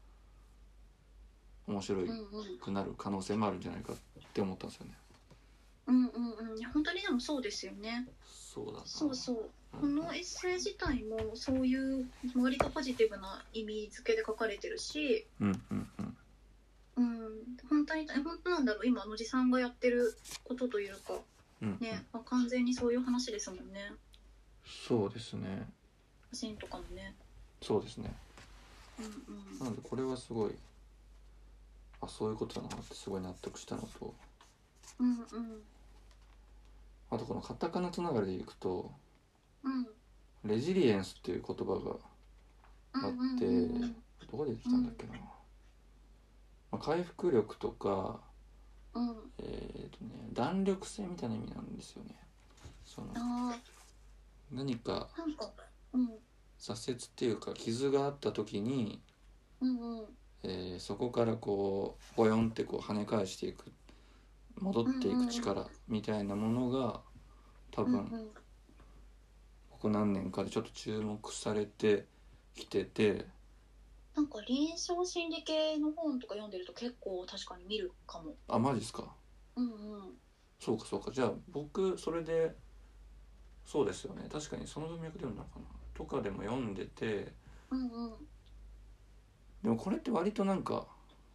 [SPEAKER 1] 面白くなる可能性もあるんじゃないかって思ったんですよね。
[SPEAKER 2] うんうんうん、本当にでもそうですよね。
[SPEAKER 1] そうだな。
[SPEAKER 2] そうそう。このエッセイ自体もそういう割とポジティブな意味付けで書かれてるし、
[SPEAKER 1] うんうんうん、
[SPEAKER 2] うん、本当に本当なんだろう、今野地さんがやってることというか、
[SPEAKER 1] うんうん、
[SPEAKER 2] ね、まあ、完全にそういう話ですもんね。
[SPEAKER 1] そうですね。
[SPEAKER 2] 写真とかもね。
[SPEAKER 1] そうですね。
[SPEAKER 2] うんうん。
[SPEAKER 1] なのでこれはすごい、あ、そういうことだなってすごい納得したのと、
[SPEAKER 2] うんうん。
[SPEAKER 1] あとこのカタカナつながりでいくと、
[SPEAKER 2] うん、
[SPEAKER 1] レジリエンスっていう言葉があって、うんうんうんうん、どこで言ってたんだっけな、うん、まあ、回復力とか、うん、えーとね、弾力性みたいな意味なんですよね。その
[SPEAKER 2] あ、
[SPEAKER 1] 何か
[SPEAKER 2] なんか、うん、
[SPEAKER 1] 挫折っていうか傷があった時に、うんうん、えー、そこからこうボヨンってこう跳ね返していく、戻っていく力みたいなものが多分、うんうん、ここ何年かでちょっと注目されてきてて、
[SPEAKER 2] なんか臨床心理系の本とか読んでると結構確かに見るかも。
[SPEAKER 1] あ、マジですか。うんうん、そうかそうか。じゃあ僕それでそうですよね、確かにその文脈で読んだのかなとかでも読んでて、うんうん、でもこれって割となんか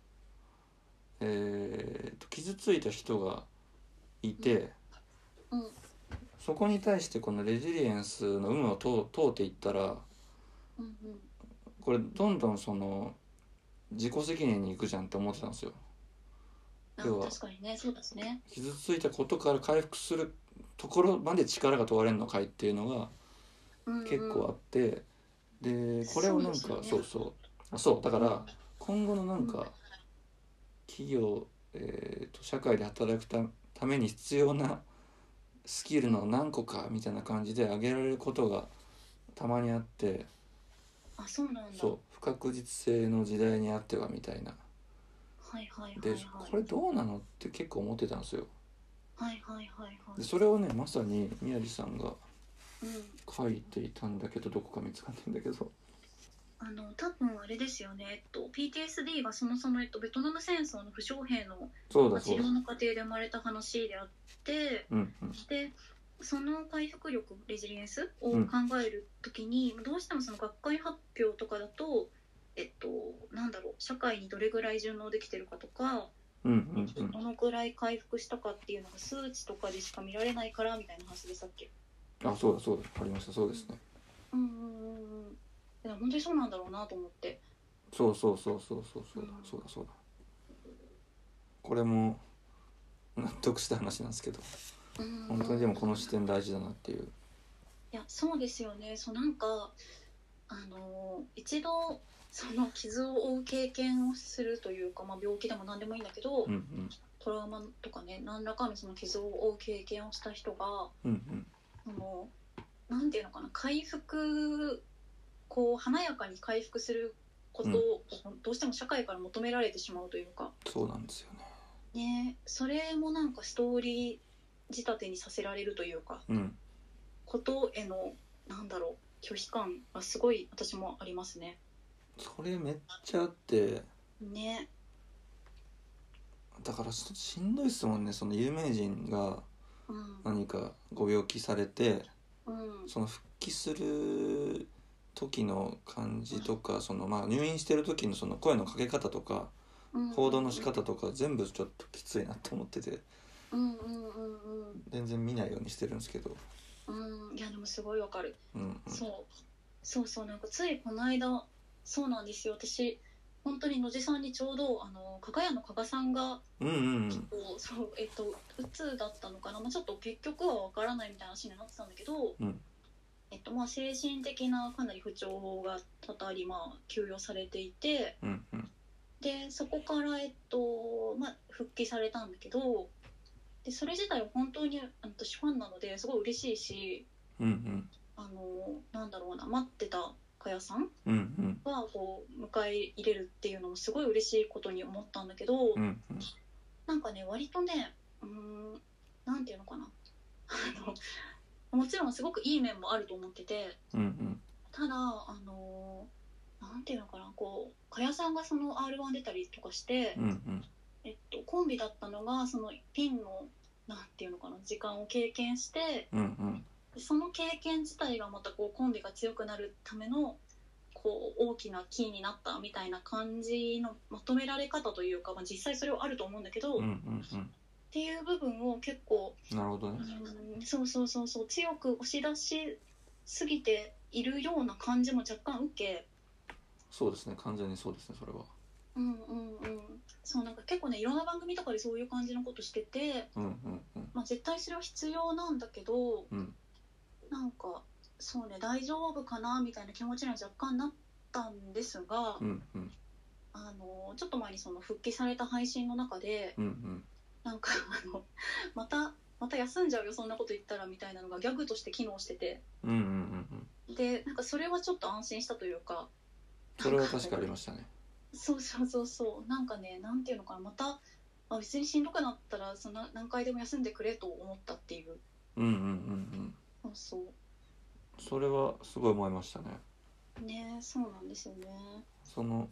[SPEAKER 1] えーと傷ついた人がいて、うんうん、そこに対してこのレジリエンスの有無を通っていったら、うんうん、これどんどんその自己責任に行くじゃんって思ってたんですよ。
[SPEAKER 2] 要は確かにね、そうですね。
[SPEAKER 1] 傷ついたことから回復するところまで力が問われるのかいっていうのが結構あって、うんうん、でこれをなんかそう、ね、そうそうそうだから今後のなんか企業、えーと社会で働く た, ために必要なスキルの何個かみたいな感じで挙げられることがたまにあって、
[SPEAKER 2] あ、そうなんだ。
[SPEAKER 1] そう不確実性の時代にあってはみたいな、
[SPEAKER 2] はいはいはいはい、
[SPEAKER 1] でこれどうなのって結構思ってたんですよ。
[SPEAKER 2] はいはいはいはい。
[SPEAKER 1] でそれをねまさに宮地さんが書いていたんだけど、どこか見つかってんだけど、
[SPEAKER 2] あの多分あれですよね、えっと、ピーティーエスディー がそもそも、えっと、ベトナム戦争の負傷兵の治療の過程で生まれた話であって、うんうん、でその回復力レジリエンスを考えるときに、うん、どうしてもその学会発表とかだと、えっと、なんだろう、社会にどれぐらい順応できてるかとか、うんうんうん、どのくらい回復したかっていうのが数値とかでしか見られないからみたいな話でしたっけ。
[SPEAKER 1] あ、そうだそうだ、ありました。そうですね。
[SPEAKER 2] うんうんうんうん。いや本当にそうなんだろうなと思って。
[SPEAKER 1] そうそうそうそうそうそうだ、うん、そうだそうだ。 これも納得した話なんですけど、本当にでもこの視点大事だなっていう。
[SPEAKER 2] いやそうですよね。そうなんかあの一度その傷を負う経験をするというか、まあ、病気でも何でもいいんだけど、
[SPEAKER 1] うんうん、
[SPEAKER 2] トラウマとかね、何らかのその傷を負う経験をした人が、
[SPEAKER 1] うんうん、
[SPEAKER 2] そのなんていうのかな、回復こう華やかに回復することをどうしても社会から求められてしまうというか、
[SPEAKER 1] うん、そうなんですよ
[SPEAKER 2] ね。ね、それもなんかストーリー仕立てにさせられるというか、
[SPEAKER 1] うん、
[SPEAKER 2] ことへのなんだろう拒否感がすごい私もありますね。
[SPEAKER 1] それめっちゃあって
[SPEAKER 2] ね。
[SPEAKER 1] だからしんどいっすもんね。その有名人が何かご病気されて、
[SPEAKER 2] うん、
[SPEAKER 1] その復帰する時の感じとか、そのまあ入院してる時のその声のかけ方とか、うん、報道の仕方とか全部ちょっときついなって思ってて、
[SPEAKER 2] うんうんうんうん、
[SPEAKER 1] 全然見ないようにしてるんですけど、
[SPEAKER 2] うん、いやでもすごいわかる、
[SPEAKER 1] うんうん、
[SPEAKER 2] そうそうそう、なんかついこの間、そうなんですよ、私本当に野地さんにちょうどあの加賀屋の加賀さんが、
[SPEAKER 1] うんうんうん、
[SPEAKER 2] そう、えっと、うつだったのかな、まあ、ちょっと結局はわからないみたいな話になってたんだけど、
[SPEAKER 1] うん、
[SPEAKER 2] えっとまあ、精神的なかなり不調がたたり、まあ、休養されていて、
[SPEAKER 1] うんうん、
[SPEAKER 2] でそこから、えっとまあ、復帰されたんだけど、でそれ自体は本当に私ファンなのですごい嬉しいし、
[SPEAKER 1] うんうん、
[SPEAKER 2] あのなんだろうな、待ってたかやさん
[SPEAKER 1] が
[SPEAKER 2] こう迎え入れるっていうのもすごい嬉しいことに思ったんだけど、
[SPEAKER 1] うんうん、
[SPEAKER 2] なんかね割とね、うーんなんていうのかなあのもちろんすごくいい面もあると思ってて、
[SPEAKER 1] うんうん、
[SPEAKER 2] ただあのなんていうのかな、こうかやさんがその アールワン 出たりとかして、
[SPEAKER 1] うんうん、
[SPEAKER 2] えっと、コンビだったのがそのピンのなんていうのかな時間を経験して、
[SPEAKER 1] うんうん、
[SPEAKER 2] その経験自体がまたこうコンビが強くなるためのこう大きなキーになったみたいな感じのまとめられ方というか、まあ、実際それはあると思うんだけど、
[SPEAKER 1] うんうんうん、
[SPEAKER 2] っていう部分を結構、
[SPEAKER 1] なるほどね、
[SPEAKER 2] うん、そうそうそうそう、強く押し出しすぎているような感じも若干受け、
[SPEAKER 1] そうですね、完全にそうですね、それは。
[SPEAKER 2] うんうんうん、そうなんか結構ねいろんな番組とかでそういう感じのことしてて、
[SPEAKER 1] うんうんうん、
[SPEAKER 2] まあ、絶対それは必要なんだけど、
[SPEAKER 1] うん、
[SPEAKER 2] なんかそうね大丈夫かなみたいな気持ちには若干なったんですが、
[SPEAKER 1] うんうん、
[SPEAKER 2] あのちょっと前にその復帰された配信の中で、
[SPEAKER 1] うんうん、
[SPEAKER 2] なんかあのまたまた休んじゃうよそんなこと言ったらみたいなのがギャグとして機能してて、
[SPEAKER 1] うんうんうんうん、
[SPEAKER 2] でなんかそれはちょっと安心したというか、
[SPEAKER 1] それは確かありましたね。
[SPEAKER 2] そうそうそうそう、なんかねなんていうのかな、またあ別にしんどくなったらその何回でも休んでくれと思ったっていう、
[SPEAKER 1] うんうんうんうん、
[SPEAKER 2] そうそう
[SPEAKER 1] それはすごい思いましたね。
[SPEAKER 2] ね、そうなんですよね。
[SPEAKER 1] その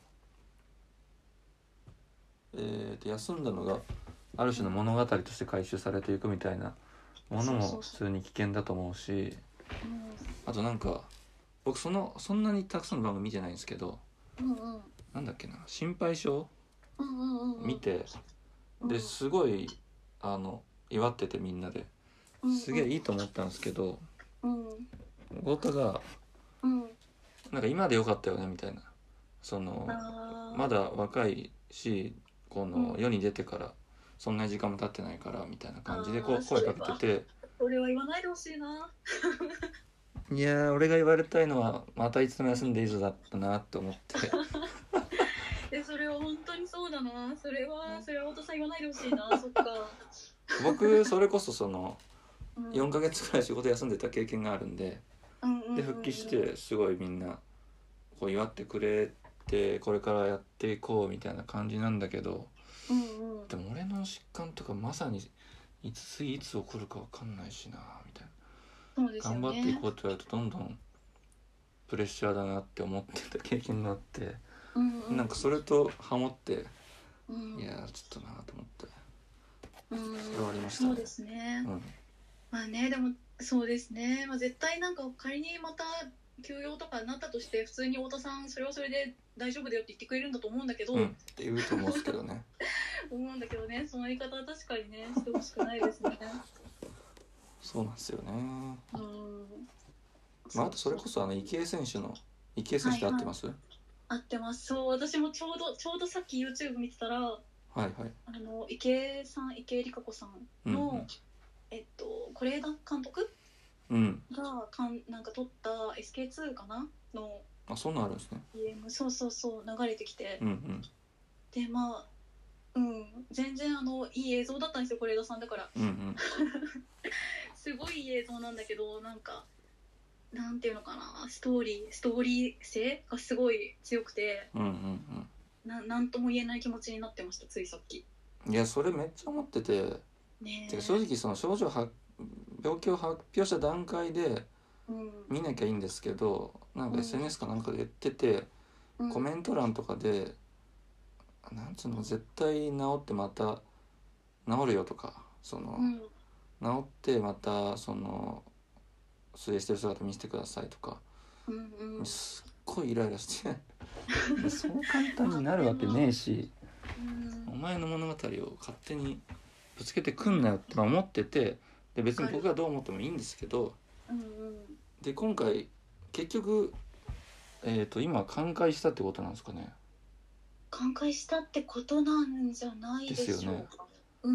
[SPEAKER 1] えー、と休んだのがある種の物語として回収されていくみたいなものも普通に危険だと思うし、あとなんか僕そのそんなにたくさんの番組見てないんですけど、
[SPEAKER 2] うんうん、
[SPEAKER 1] なんだっけな、心配性
[SPEAKER 2] うんうんうんうん、
[SPEAKER 1] 見て、ですごいあの祝っててみんなですげえいいと思ったんですけど、太田がなんか今でよかったよねみたいな、そのまだ若いしこの世に出てからそんな時間も経ってないからみたいな感じでこう声かけてて、
[SPEAKER 2] 俺は言わないでほしいな。
[SPEAKER 1] いや俺が言われたいのはまたいつでも休んでいいぞだったなって思って
[SPEAKER 2] えそれは本当にそうだな、それはそれは太田さん言わないでほしいな。そっか
[SPEAKER 1] 僕それこそそのよんかげつくらい仕事休んでた経験があるんで、
[SPEAKER 2] うん、
[SPEAKER 1] で復帰してすごいみんなこう祝ってくれてこれからやっていこうみたいな感じなんだけど、
[SPEAKER 2] うんうん、
[SPEAKER 1] でも俺の疾患とかまさにいつ次いつ起こるか分かんないしなみたいな、
[SPEAKER 2] そうですよね、
[SPEAKER 1] 頑張っていこうって言われるとどんどんプレッシャーだなって思ってた経験があって、
[SPEAKER 2] うんうん、
[SPEAKER 1] なんかそれとハモって、
[SPEAKER 2] うん、
[SPEAKER 1] いやちょっとなと思って、
[SPEAKER 2] うん、
[SPEAKER 1] それはありましたね。
[SPEAKER 2] そうですね、
[SPEAKER 1] うん、
[SPEAKER 2] まあねでもそうですね、まあ、絶対なんか仮にまた休養とかになったとして普通に太田さんそれはそれで大丈夫だよって言ってくれるんだと思うんだけど、
[SPEAKER 1] うん、って言うと思うんですけどね
[SPEAKER 2] 思うんだけどね、その言い方は確かにねしてほしくないですね
[SPEAKER 1] そうなんですよね。
[SPEAKER 2] うん、
[SPEAKER 1] まあ、あとそれこそあの池江選手の池江選手って合ってます？
[SPEAKER 2] はいはい、合ってます。そう私もちょうどちょうどさっき YouTube 見てたら
[SPEAKER 1] はいはい。
[SPEAKER 2] あの池江さん池江璃花子さんの、うんうん、えっと是枝監督、うん、がかんなんか撮った エスケーツー かなの、
[SPEAKER 1] あ、そんなあるんですね。
[SPEAKER 2] シーエム そうそうそう流れてきて、
[SPEAKER 1] うんうん、
[SPEAKER 2] でまあうん全然あのいい映像だったんですよ是枝さんだから、うんうん、すごいいい映像なんだけど、なんかなんていうのかな、ストーリーストーリー性がすごい強くて、うんうんうん、な, なんとも言えない気持ちになってました、ついさっき。
[SPEAKER 1] いやそれめっちゃ思ってて、ね、てか正直その症状は病気を発表した段階で見なきゃいいんですけど、うん、なんか エスエヌエス かなんかで言ってて、うん、コメント欄とかでなんつうの、絶対治ってまた治るよとか、その、うん、治ってまたその水泳してる姿見せてくださいとか、うんうん、すっごいイライラしてそう簡単になるわけねえし、うん、お前の物語を勝手にぶつけてくんなよって思ってて、で別に僕がどう思ってもいいんですけど、うんうん、で今回結局、えーと、今寛解したってことなんですかね。
[SPEAKER 2] 寛解したってことなんじゃないでしょうか。ですよね。うん。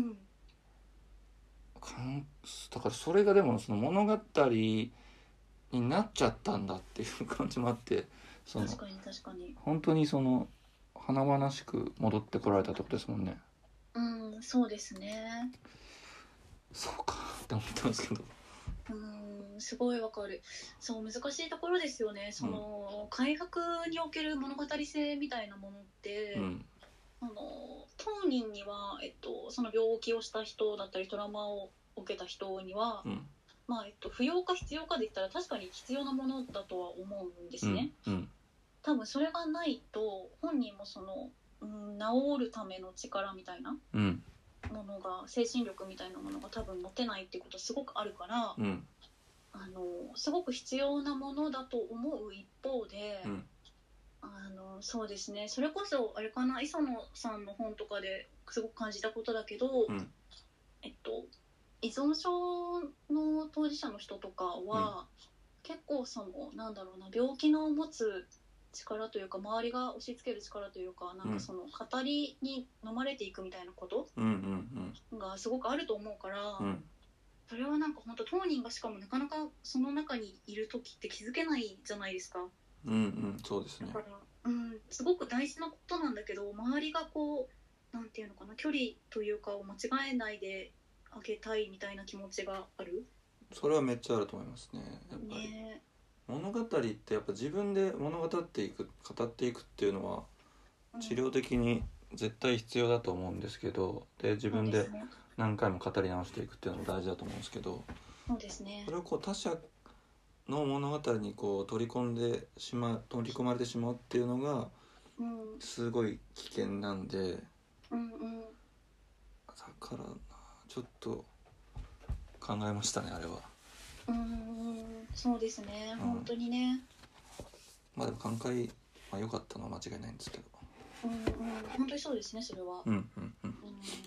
[SPEAKER 1] だからそれがでもその物語になっちゃったんだっていう感じもあって、その
[SPEAKER 2] 確かに確かに
[SPEAKER 1] 本当にその華々しく戻ってこられたってことですもんね。
[SPEAKER 2] うん、そうですね。
[SPEAKER 1] そうかって思ったんですけど。
[SPEAKER 2] うん、すごいわかる。そう難しいところですよね。その、うん、改革における物語性みたいなものって、うん、あの当人には、えっと、その病気をした人だったりトラウマを受けた人には、うんまあえっと、不要か必要かで言ったら確かに必要なものだとは思うんですね、うんうん、多分それがないと本人もその、うん、治るための力みたいなものが、うん、精神力みたいなものが多分持てないっていうことすごくあるから、うん、あのすごく必要なものだと思う一方で、うんあのそうですね、それこそあれかな、磯野さんの本とかですごく感じたことだけど、うんえっと、依存症の当事者の人とかは、うん、結構そのなんだろうな、病気の持つ力というか周りが押し付ける力というか、なんかその語りに飲まれていくみたいなことがすごくあると思うから、うん、それはなんか本当当人がしかもなかなかその中にいる時って気づけないじゃないですか。
[SPEAKER 1] うんうん、そうですね。
[SPEAKER 2] だから、うん、すごく大事なことなんだけど、周りがこうなんていうのかな、距離というかを間違えないであげたいみたいな気持ちがある。
[SPEAKER 1] それはめっちゃあると思いますね。やっぱり、ね、物語ってやっぱ自分で物語っていく語っていくっていうのは治療的に絶対必要だと思うんですけど、で自分で何回も語り直していくっていうのも大事だと思うんですけど、
[SPEAKER 2] そうですね。
[SPEAKER 1] それをこう他者の物語にこう取り込んでしまう取り込まれてしまうっていうのがすごい危険なんで、うんうん、だからちょっと考えましたね、あれは。
[SPEAKER 2] うーん、そうですね、うん、本当にね。
[SPEAKER 1] まあでも寛解は良かったのは間違いないんですけど、
[SPEAKER 2] うんうん、本当にそうですね、それは。うんうんうん。うん、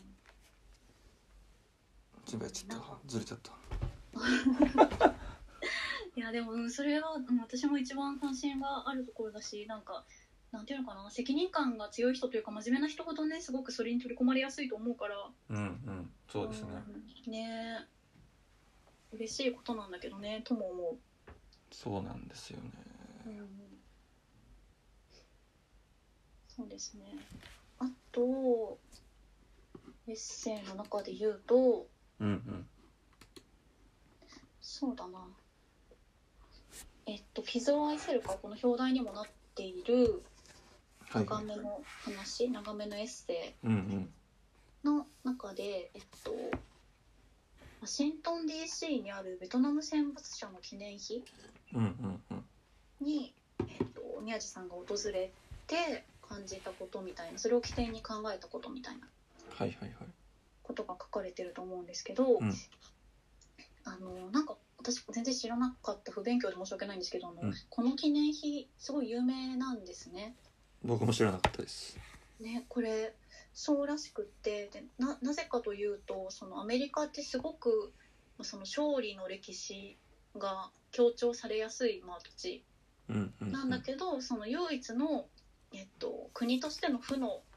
[SPEAKER 1] 全部やっちゃった、ずれちゃった。
[SPEAKER 2] いやでも、うん、それは、うん、私も一番関心があるところだし、なんかなんていうのかな、責任感が強い人というか真面目な人ほどね、すごくそれに取り込まれやすいと思うから。
[SPEAKER 1] うんうん、そうですね。
[SPEAKER 2] うん、ねえ、嬉しいことなんだけどね、とも思う。
[SPEAKER 1] そうなんですよね。うん、
[SPEAKER 2] そうですね。あとエッセイの中で言うと、うんうん、そうだな。えっと傷を愛せるか、この表題にもなっている長めの話、はい、長めのエッセイの中で、えっとワシントン ディーシー にあるベトナム戦没者の記念碑に、えっと、宮地さんが訪れて感じたことみたいな、それを起点に考えたことみたいなことが書かれてると思うんですけど、うん、あのなんか私全然知らなかった、不勉強で申し訳ないんですけど、うん、この記念碑すごい有名なんですね。
[SPEAKER 1] 僕も知らなかったです
[SPEAKER 2] ね。これそうらしくって、で な, なぜかというと、そのアメリカってすごくその勝利の歴史が強調されやすい、まあ、土地なんだけど、うんうんうん、その唯一の、えっと、国としての負の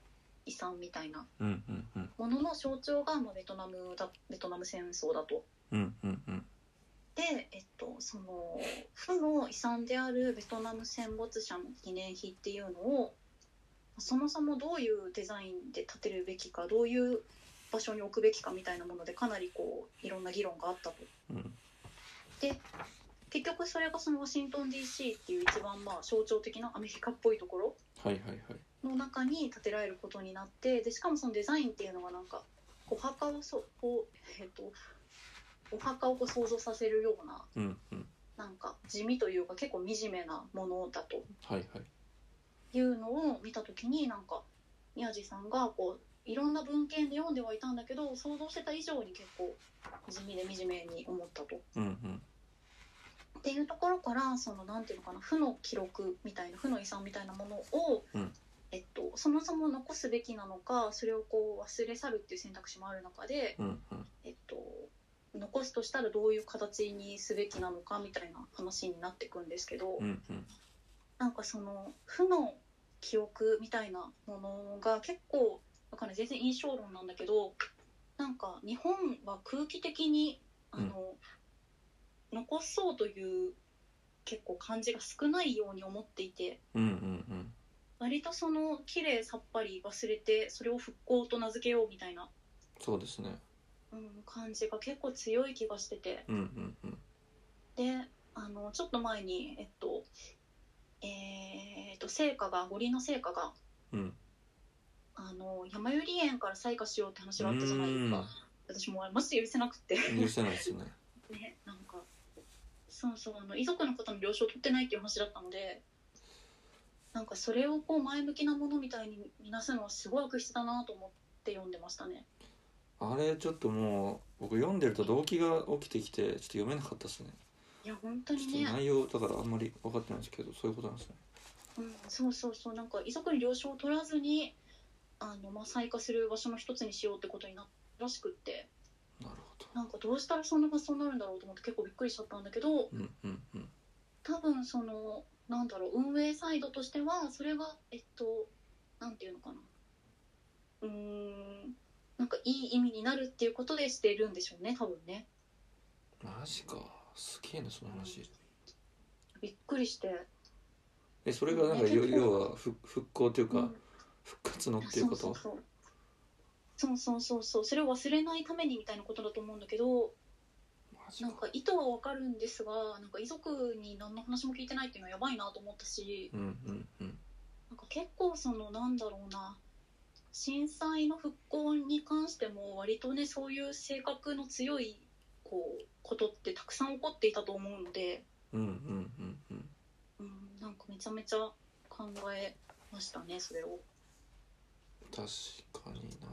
[SPEAKER 2] 遺産みたいな
[SPEAKER 1] うんうんうん
[SPEAKER 2] ものの象徴が、まあ、ベトナムだベトナム戦争だと。
[SPEAKER 1] うんうんうん
[SPEAKER 2] で、えっと、その負の遺産であるベトナム戦没者の記念碑っていうのをそもそもどういうデザインで建てるべきか、どういう場所に置くべきかみたいなものでかなりこういろんな議論があったと。
[SPEAKER 1] うん
[SPEAKER 2] で結局それがそのワシントン ディーシー っていう一番まあ象徴的なアメリカっぽいところ
[SPEAKER 1] はいはいはい
[SPEAKER 2] の中に建てられることになって、でしかもそのデザインっていうのがなんかお墓をそこう、えっと、お墓をこう想像させるような、
[SPEAKER 1] うんうん
[SPEAKER 2] なんか地味というか結構惨めなものだと
[SPEAKER 1] はいはい
[SPEAKER 2] いうのを見た時に、なんか宮地さんがこういろんな文献で読んではいたんだけど想像してた以上に結構地味で惨めに思ったと。
[SPEAKER 1] うんうん
[SPEAKER 2] っていうところからそのなんていうのかな、負の記録みたいな負の遺産みたいなものを、
[SPEAKER 1] うん
[SPEAKER 2] えっと、そもそも残すべきなのかそれをこう忘れ去るっていう選択肢もある中で、
[SPEAKER 1] うんうん
[SPEAKER 2] えっと、残すとしたらどういう形にすべきなのかみたいな話になっていくんですけど、
[SPEAKER 1] うんうん
[SPEAKER 2] なんかその負の記憶みたいなものが結構わかんない、全然印象論なんだけど、なんか日本は空気的にあの、うん、残そうという結構感じが少ないように思っていて、
[SPEAKER 1] うんうんうん
[SPEAKER 2] 割とその綺麗さっぱり忘れてそれを復興と名付けようみたいな、
[SPEAKER 1] そうですね
[SPEAKER 2] うん、感じが結構強い気がしてて、
[SPEAKER 1] うんうんうん
[SPEAKER 2] であのちょっと前にえっとえー、っと聖火が五輪の聖火が
[SPEAKER 1] うん
[SPEAKER 2] あの山百合園から採火しようって話があったじゃないですか。私もマジで許せなくて
[SPEAKER 1] 許せないですね
[SPEAKER 2] ね、なんかそうそう、あの遺族の方の了承を取ってないっていう話だったので、なんかそれをこう前向きなものみたいに見なすのはすごい悪質だなと思って読んでましたね。
[SPEAKER 1] あれちょっともう僕読んでると動機が起きてきてちょっと読めなかったですね。
[SPEAKER 2] いや本当にね、
[SPEAKER 1] ちょっと内容だからあんまり分かってないんですけど、そういうことなんですね。
[SPEAKER 2] うん、そうそうそう、なんか遺族に了承を取らずにあの、まあ、採火する場所の一つにしようってことになったらしくって、
[SPEAKER 1] なるほど。
[SPEAKER 2] なんかどうしたらそんな発想になるんだろうと思って結構びっくりしちゃったんだけど、
[SPEAKER 1] うんうんうん
[SPEAKER 2] 多分そのなんだろう、運営サイドとしてはそれがえっとなんていうのかな、うーんなんかいい意味になるっていうことでしてるんでしょうね、多分ね。
[SPEAKER 1] マジか、すげえなその話、うん、
[SPEAKER 2] びっくりして。
[SPEAKER 1] えそれがなんか、ね、要は復興というか、うん、復活のっていうこと。
[SPEAKER 2] そうそうそうそうそうそう、それを忘れないためにみたいなことだと思うんだけど、なんか意図は分かるんですが、なんか遺族に何の話も聞いてないっていうのはやばいなと思ったし、
[SPEAKER 1] うんうんうん、
[SPEAKER 2] なんか結構そのなんだろうな、震災の復興に関しても割とねそういう性格の強いこうことってたくさん起こっていたと思うので、
[SPEAKER 1] うんうんうんうん、
[SPEAKER 2] うん、なんかめちゃめちゃ考えましたね、それを。
[SPEAKER 1] 確かにな、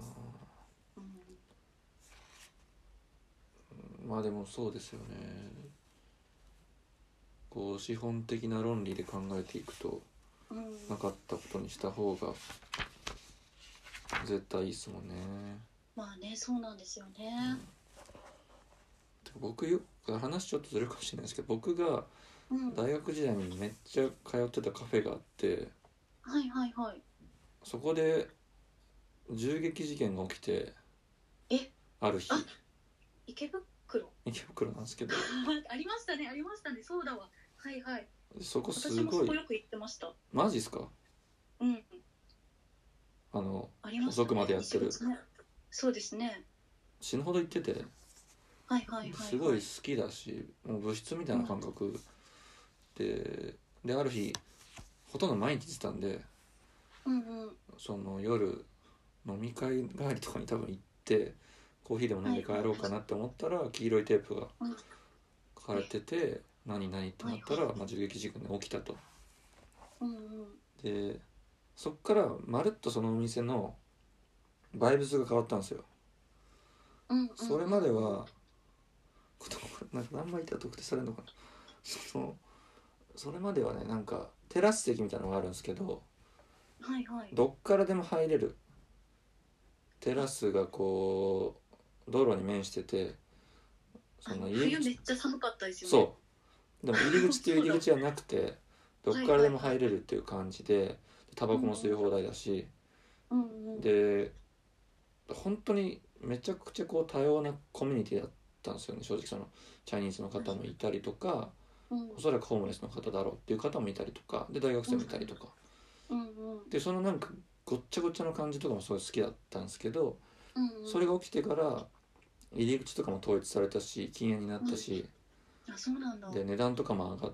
[SPEAKER 1] うん、まあでもそうですよね。こう資本的な論理で考えていくと、うん、なかったことにした方が絶対いいですもんね。
[SPEAKER 2] まあね、そうなんですよね、
[SPEAKER 1] うん、僕よ話ちょっとずれるかもしれないですけど、僕が大学時代にめっちゃ通ってたカフェがあって、うん、
[SPEAKER 2] はいはいはい、
[SPEAKER 1] そこで銃撃事件が起きて、
[SPEAKER 2] え
[SPEAKER 1] ある日、
[SPEAKER 2] あ池袋
[SPEAKER 1] 池袋なんですけど
[SPEAKER 2] ありましたねありましたね、そうだわ、はいはい、
[SPEAKER 1] そこすごい、
[SPEAKER 2] 私もそこよく行ってました。
[SPEAKER 1] マジっすか。
[SPEAKER 2] うん、
[SPEAKER 1] あの
[SPEAKER 2] ありましたね、
[SPEAKER 1] 遅くまでやってる、
[SPEAKER 2] そうですね、
[SPEAKER 1] 死ぬほど行ってて、
[SPEAKER 2] はいはいはい、はい、
[SPEAKER 1] すごい好きだし、もう部室みたいな感覚、うん、でである日ほとんど毎日行ってたんで、
[SPEAKER 2] うんうん、
[SPEAKER 1] その夜飲み会帰りとかに多分行ってコーヒーでも飲んで帰ろうかなって思ったら、黄色いテープが書かれてて、何々ってなったら、まあ、銃撃事件で起きたと、
[SPEAKER 2] うんうん、で
[SPEAKER 1] そっからまるっとそのお店のバイブスが変わったんですよ、うんうんうん、それまではなんか何枚いたら特定されるのかな、そのそれまではね、なんかテラス席みたいなのがあるんですけど、
[SPEAKER 2] はいはい、
[SPEAKER 1] どっからでも入れるテラスがこう道路に面してて、
[SPEAKER 2] その入り口、冬めっちゃ寒かったですよね。
[SPEAKER 1] そうでも入り口っていう入り口はなくてどっからでも入れるっていう感じで、タバコも吸い放題だし、
[SPEAKER 2] うんうん、
[SPEAKER 1] で本当にめちゃくちゃこう多様なコミュニティだったんですよね。正直そのチャイニーズの方もいたりとか、
[SPEAKER 2] うん、
[SPEAKER 1] おそらくホームレスの方だろうっていう方もいたりとかで、大学生もいたりとか、
[SPEAKER 2] うんうん、
[SPEAKER 1] でそのなんかごっちゃごっちゃの感じとかもすごい好きだったんですけど、
[SPEAKER 2] うんうん、
[SPEAKER 1] それが起きてから入り口とかも統一されたし禁煙になったし、
[SPEAKER 2] うん、あ、そうなんだ。
[SPEAKER 1] で値段とかも上がって、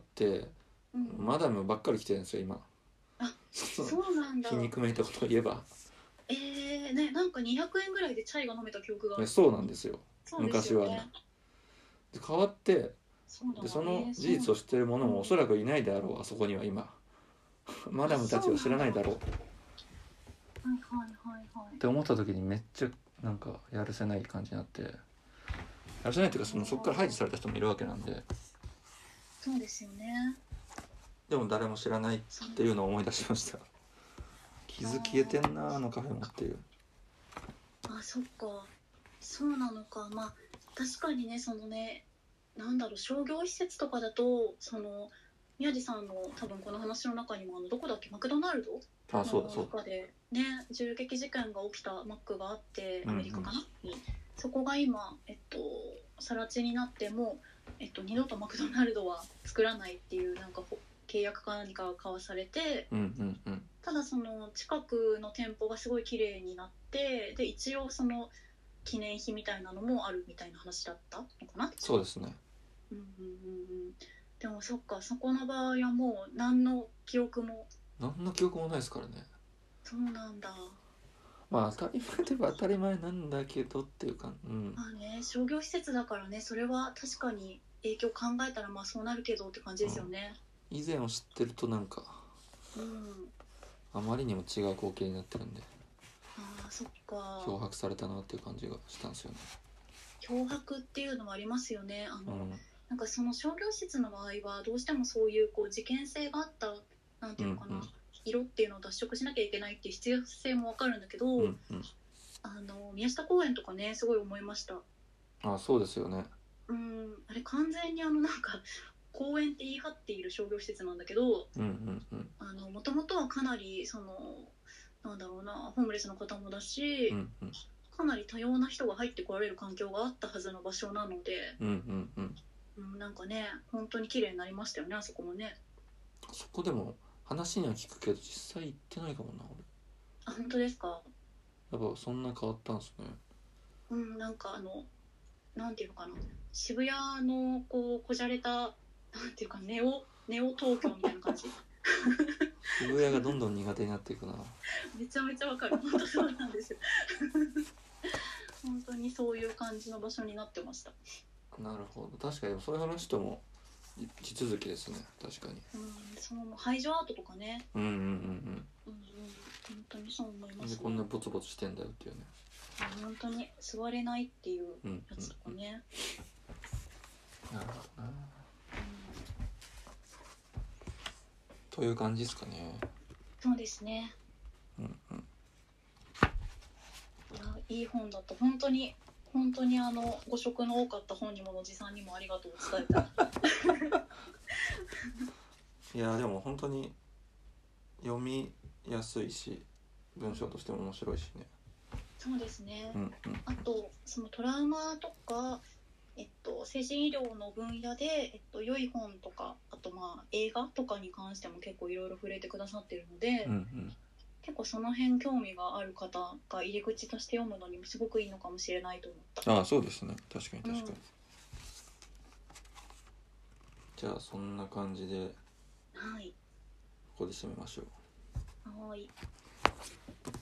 [SPEAKER 2] うんうん、
[SPEAKER 1] マダムばっかり来てるんですよ今。
[SPEAKER 2] あ、そうなんだ。
[SPEAKER 1] 皮肉めいたことを言えば、
[SPEAKER 2] えー、ね、なんかにひゃくえんぐらいでチャイが飲めた記憶がある。
[SPEAKER 1] そうなんですよ、
[SPEAKER 2] そうですよね、
[SPEAKER 1] 昔はね。で変わって、
[SPEAKER 2] そうだ、
[SPEAKER 1] でその
[SPEAKER 2] えー、
[SPEAKER 1] 事実を知ってる者もおそらくいないであろう、あそこには今マダムたちは知らないだろうっ
[SPEAKER 2] はいはいはいはい。
[SPEAKER 1] て思った時にめっちゃなんかやるせない感じになって、やるせないっていうかそのそこから排除された人もいるわけなんで、
[SPEAKER 2] そうですよね。
[SPEAKER 1] でも誰も知らないっていうのを思い出しました。傷消えてんなあのカフェもっていう。
[SPEAKER 2] あ、そっか、そうなのか。まあ確かにね、そのね、なんだろう、商業施設とかだと、その宮地さんの多分この話の中にも、あのどこだっけ、マクドナルド
[SPEAKER 1] あ、そうだそうだ。
[SPEAKER 2] の中でね、銃撃事件が起きたマックがあって、アメリカかな、うんうん、そこが今、えっと、更地になっても、えっと、二度とマクドナルドは作らないっていうなんか契約か何かが交わされて、
[SPEAKER 1] うんうんうん、
[SPEAKER 2] ただその近くの店舗がすごい綺麗になって、で一応その記念碑みたいなのもあるみたいな話だったのかな。
[SPEAKER 1] そうですね。
[SPEAKER 2] うんうんうんうん。でもそっか、そこの場合はもう何の記憶も
[SPEAKER 1] 何の記憶もないですからね。
[SPEAKER 2] そうなんだ。
[SPEAKER 1] まあ当たり前といえば当たり前なんだけどっていうか、うん、
[SPEAKER 2] まあね、商業施設だからね、それは確かに影響考えたらまあそうなるけどって感じですよね、
[SPEAKER 1] うん、以前を知ってるとなんか、
[SPEAKER 2] うん、
[SPEAKER 1] あまりにも違う光景になってるんで、
[SPEAKER 2] ああそっか、
[SPEAKER 1] 漂白されたなっていう感じがしたんですよね。
[SPEAKER 2] 漂白っていうのもありますよね。あの、
[SPEAKER 1] うん、
[SPEAKER 2] なんかその商業施設の場合はどうしてもそういうこう事件性があったなんていうのかな、
[SPEAKER 1] うんうん、
[SPEAKER 2] 色っていうのを脱色しなきゃいけないっていう必要性もわかるんだけど、
[SPEAKER 1] うんうん、
[SPEAKER 2] あの宮下公園とかねすごい思いました。
[SPEAKER 1] あ、そうですよね。
[SPEAKER 2] うん、あれ完全にあのなんか公園って言い張っている商業施設なんだけど、
[SPEAKER 1] うんうんうん、
[SPEAKER 2] あの元々はかなりそのなんだろうな、ホームレスの方もだし、
[SPEAKER 1] うんうん、
[SPEAKER 2] かなり多様な人が入ってこられる環境があったはずの場所なので、
[SPEAKER 1] うんうんうん、
[SPEAKER 2] うん、なんかね本当に綺麗になりましたよね、あそこもね。
[SPEAKER 1] そこでも話には聞くけど実際行ってないかもな俺。
[SPEAKER 2] あ、本当ですか。
[SPEAKER 1] やっぱそんな変わったんですね。
[SPEAKER 2] うん、なんかあのなんていうのかな、渋谷のこうこじゃれたなんていうかネオネオ東京みたいな感じ
[SPEAKER 1] 渋谷がどんどん苦手になっていくな。
[SPEAKER 2] めちゃめちゃわかる、本当そうなんですよ本当にそういう感じの場所になってました。
[SPEAKER 1] なるほど、確かにそういう話とも地続きですね、確かに。
[SPEAKER 2] うん、その排除アートとかね、
[SPEAKER 1] うんうんうんうん、
[SPEAKER 2] うんうん、本当にそう思います、ね、
[SPEAKER 1] でこんなボツボツしてんだよっていうね。
[SPEAKER 2] 本当に座れないっていうやつとかね、
[SPEAKER 1] うんうんうん、なるほどな、うん、という感じですかね。
[SPEAKER 2] そうですね、
[SPEAKER 1] うんうん、
[SPEAKER 2] いやいい本だった、本当に本当にあのご色の多かった本にものじさんにもありがとうを伝えた
[SPEAKER 1] いやでも本当に読みやすいし文章としても面白いしね。
[SPEAKER 2] そうですね、
[SPEAKER 1] うんうん、
[SPEAKER 2] あとそのトラウマとか、えっと、精神医療の分野で、えっと、良い本とか、あとまあ映画とかに関しても結構いろいろ触れてくださってるので、
[SPEAKER 1] うんうん、
[SPEAKER 2] 結構その辺興味がある方が入り口として読むのにもすごくいいのかもしれないと思った。
[SPEAKER 1] ああそうですね、確かに確かに、うん、じゃあそんな感じで、
[SPEAKER 2] はい、
[SPEAKER 1] ここで締めましょう。
[SPEAKER 2] はい。